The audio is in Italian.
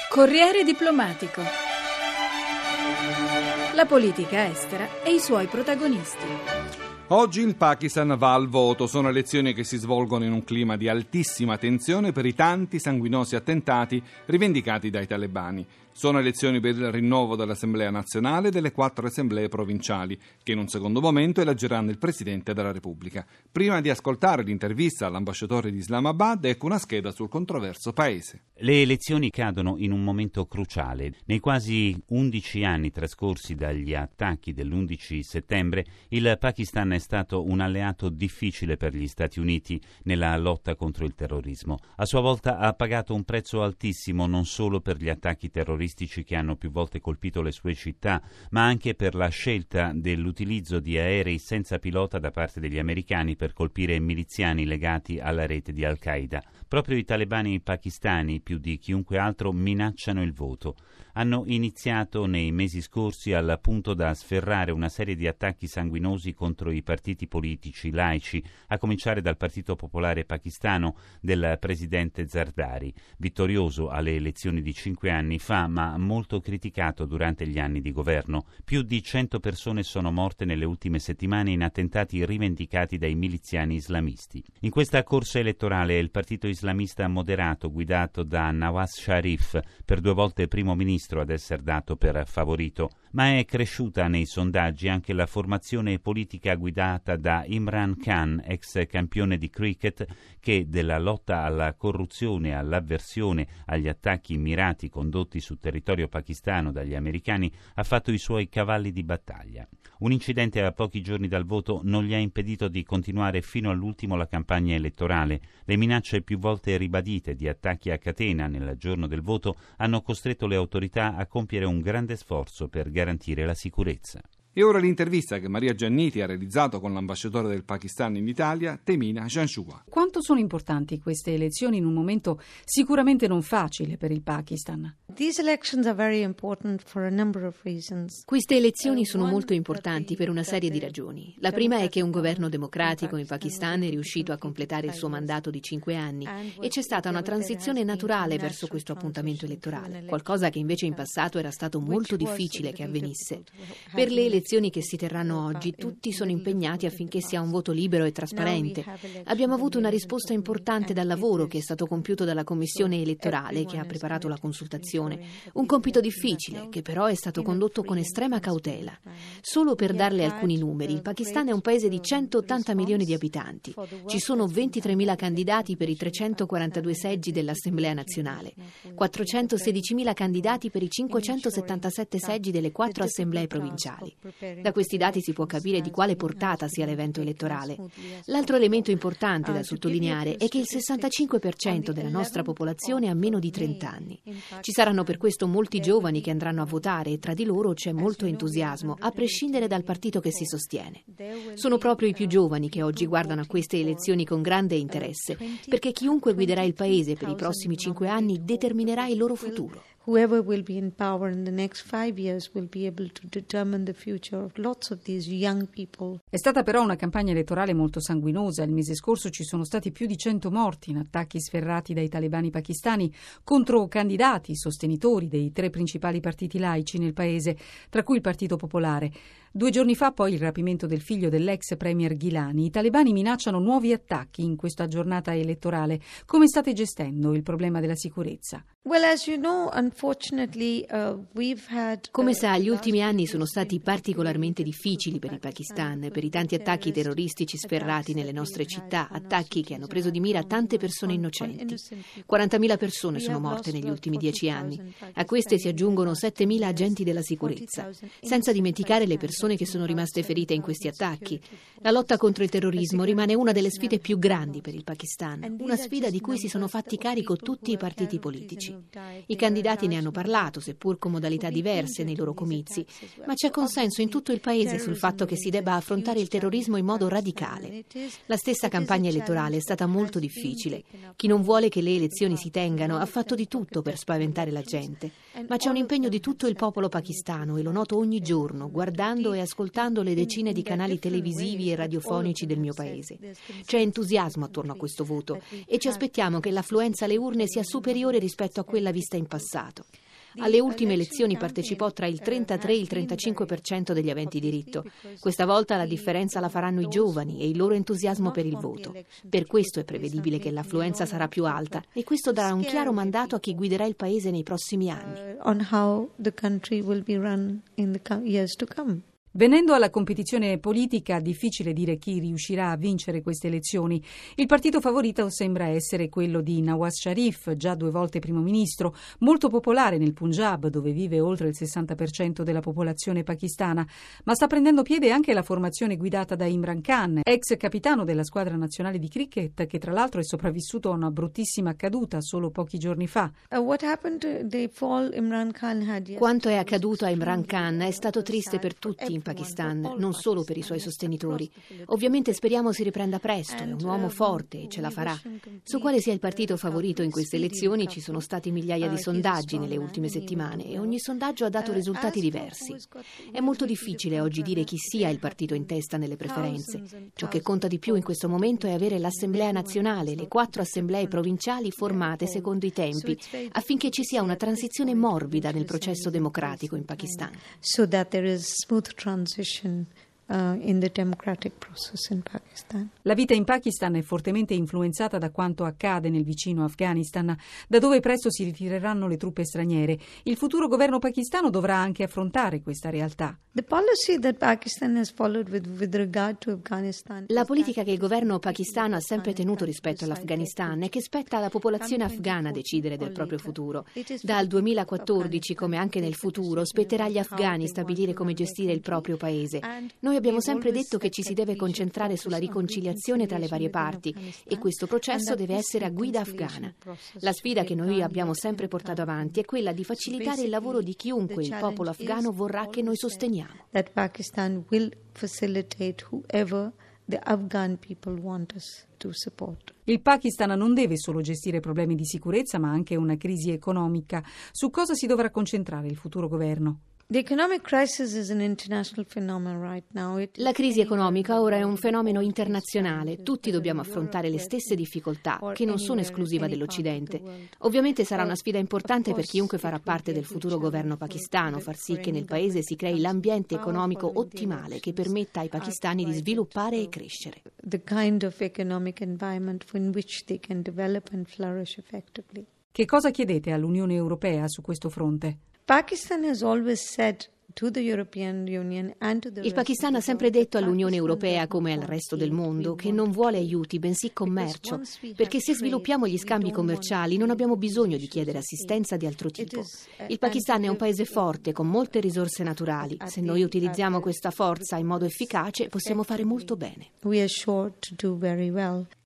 Corriere diplomatico. La politica estera e i suoi protagonisti. Oggi il Pakistan va al voto. Sono elezioni che si svolgono in un clima di altissima tensione per i tanti sanguinosi attentati rivendicati dai talebani. Sono elezioni per il rinnovo dell'Assemblea nazionale e delle 4 assemblee provinciali, che in un secondo momento eleggeranno il Presidente della Repubblica. Prima di ascoltare l'intervista all'ambasciatore di Islamabad, ecco una scheda sul controverso paese. Le elezioni cadono in un momento cruciale. Nei quasi 11 anni trascorsi dagli attacchi dell'11 settembre, il Pakistan è stato un alleato difficile per gli Stati Uniti nella lotta contro il terrorismo. A sua volta ha pagato un prezzo altissimo non solo per gli attacchi terroristici che hanno più volte colpito le sue città, ma anche per la scelta dell'utilizzo di aerei senza pilota da parte degli americani per colpire miliziani legati alla rete di Al-Qaeda. Proprio i talebani pakistani, più di chiunque altro, minacciano il voto. Hanno iniziato nei mesi scorsi al punto da sferrare una serie di attacchi sanguinosi contro i partiti politici laici, a cominciare dal Partito Popolare Pakistano del presidente Zardari, vittorioso alle elezioni di 5 anni fa, ma molto criticato durante gli anni di governo. Più di 100 persone sono morte nelle ultime settimane in attentati rivendicati dai miliziani islamisti. In questa corsa elettorale è il partito islamista moderato guidato da Nawaz Sharif, per 2 volte primo ministro, ad essere dato per favorito, ma è cresciuta nei sondaggi anche la formazione politica guidata da Imran Khan, ex campione di cricket, che della lotta alla corruzione e all'avversione agli attacchi mirati condotti sul territorio pakistano dagli americani ha fatto i suoi cavalli di battaglia. Un incidente a pochi giorni dal voto non gli ha impedito di continuare fino all'ultimo la campagna elettorale. Le minacce più volte ribadite di attacchi a catena nel giorno del voto hanno costretto le autorità a compiere un grande sforzo per garantire la sicurezza. E ora l'intervista che Maria Gianniti ha realizzato con l'ambasciatore del Pakistan in Italia, Temina Janshua. Quanto sono importanti queste elezioni in un momento sicuramente non facile per il Pakistan? Queste elezioni sono molto importanti per una serie di ragioni. La prima è che un governo democratico in Pakistan è riuscito a completare il suo mandato di 5 anni e c'è stata una transizione naturale verso questo appuntamento elettorale, qualcosa che invece in passato era stato molto difficile che avvenisse. Per le elezioni che si terranno oggi, tutti sono impegnati affinché sia un voto libero e trasparente. Abbiamo avuto una risposta importante dal lavoro che è stato compiuto dalla Commissione elettorale che ha preparato la consultazione. Un compito difficile, che però è stato condotto con estrema cautela. Solo per darle alcuni numeri, il Pakistan è un paese di 180 milioni di abitanti. Ci sono 23.000 candidati per i 342 seggi dell'Assemblea nazionale, 416.000 candidati per i 577 seggi delle 4 assemblee provinciali. Da questi dati si può capire di quale portata sia l'evento elettorale. L'altro elemento importante da sottolineare è che il 65% della nostra popolazione ha meno di 30 anni. Ci saranno per questo molti giovani che andranno a votare e tra di loro c'è molto entusiasmo, a prescindere dal partito che si sostiene. Sono proprio i più giovani che oggi guardano a queste elezioni con grande interesse, perché chiunque guiderà il paese per i prossimi 5 anni determinerà il loro futuro. Whoever will be in power in the next 5 years will be able to determine the future of lots of these young people. È stata però una campagna elettorale molto sanguinosa. Il mese scorso ci sono stati più di 100 morti in attacchi sferrati dai talebani pakistani contro candidati sostenitori dei 3 principali partiti laici nel paese, tra cui il Partito Popolare. 2 giorni fa poi il rapimento del figlio dell'ex premier Gilani. I talebani minacciano nuovi attacchi in questa giornata elettorale. Come state gestendo il problema della sicurezza? Come sa, gli ultimi anni sono stati particolarmente difficili per il Pakistan, per i tanti attacchi terroristici sferrati nelle nostre città, attacchi che hanno preso di mira tante persone innocenti. 40.000 persone sono morte negli ultimi 10 anni. A queste si aggiungono 7.000 agenti della sicurezza, senza dimenticare le persone che sono rimaste ferite in questi attacchi. La lotta contro il terrorismo rimane una delle sfide più grandi per il Pakistan, una sfida di cui si sono fatti carico tutti i partiti politici. I candidati ne hanno parlato, seppur con modalità diverse nei loro comizi, ma c'è consenso in tutto il paese sul fatto che si debba affrontare il terrorismo in modo radicale. La stessa campagna elettorale è stata molto difficile. Chi non vuole che le elezioni si tengano ha fatto di tutto per spaventare la gente, ma c'è un impegno di tutto il popolo pakistano e lo noto ogni giorno, guardando guardando e ascoltando le decine di canali televisivi e radiofonici del mio paese. C'è entusiasmo attorno a questo voto e ci aspettiamo che l'affluenza alle urne sia superiore rispetto a quella vista in passato. Alle ultime elezioni partecipò tra il 33 e il 35% degli aventi diritto. Questa volta la differenza la faranno i giovani e il loro entusiasmo per il voto. Per questo è prevedibile che l'affluenza sarà più alta e questo darà un chiaro mandato a chi guiderà il paese nei prossimi anni. On how the country will be run in the years to come. Venendo alla competizione politica, difficile dire chi riuscirà a vincere queste elezioni. Il partito favorito sembra essere quello di Nawaz Sharif, già 2 volte primo ministro, molto popolare nel Punjab, dove vive oltre il 60% della popolazione pakistana. Ma sta prendendo piede anche la formazione guidata da Imran Khan, ex capitano della squadra nazionale di cricket, che tra l'altro è sopravvissuto a una bruttissima caduta solo pochi giorni fa. Quanto è accaduto a Imran Khan è stato triste per tutti in Pakistan, non solo per i suoi sostenitori. Ovviamente speriamo si riprenda presto, è un uomo forte e ce la farà. Su quale sia il partito favorito in queste elezioni ci sono stati migliaia di sondaggi nelle ultime settimane e ogni sondaggio ha dato risultati diversi. È molto difficile oggi dire chi sia il partito in testa nelle preferenze. Ciò che conta di più in questo momento è avere l'Assemblea nazionale, le 4 assemblee provinciali formate secondo i tempi, affinché ci sia una transizione morbida nel processo democratico in Pakistan. So that there is smooth transition in the democratic process in Pakistan. La vita in Pakistan è fortemente influenzata da quanto accade nel vicino Afghanistan, da dove presto si ritireranno le truppe straniere. Il futuro governo pakistano dovrà anche affrontare questa realtà. The policy that Pakistan has followed with regard to Afghanistan. La politica che il governo pakistano ha sempre tenuto rispetto all'Afghanistan è che spetta alla popolazione afghana decidere del proprio futuro. Dal 2014, come anche nel futuro, spetterà agli afghani stabilire come gestire il proprio paese. Noi abbiamo sempre detto che ci si deve concentrare sulla riconciliazione tra le varie parti e questo processo deve essere a guida afghana. La sfida che noi abbiamo sempre portato avanti è quella di facilitare il lavoro di chiunque il popolo afghano vorrà che noi sosteniamo. That Pakistan will facilitate whoever the Afghan people want us to support. Il Pakistan non deve solo gestire problemi di sicurezza, ma anche una crisi economica. Su cosa si dovrà concentrare il futuro governo? The economic crisis is an international phenomenon right now. La crisi economica ora è un fenomeno internazionale. Tutti dobbiamo affrontare le stesse difficoltà, che non sono esclusiva dell'Occidente. Ovviamente sarà una sfida importante per chiunque farà parte del futuro governo pakistano, far sì che nel paese si crei l'ambiente economico ottimale che permetta ai pakistani di sviluppare e crescere. The kind of economic environment in which they can develop and flourish effectively. Che cosa chiedete all'Unione Europea su questo fronte? Pakistan has always said to the European Union and to the Il Pakistan ha sempre detto all'Unione Europea, come al resto del mondo, che non vuole aiuti, bensì commercio, perché se sviluppiamo gli scambi commerciali non abbiamo bisogno di chiedere assistenza di altro tipo. Il Pakistan è un paese forte, con molte risorse naturali. Se noi utilizziamo questa forza in modo efficace, possiamo fare molto bene. We are sure to do very well.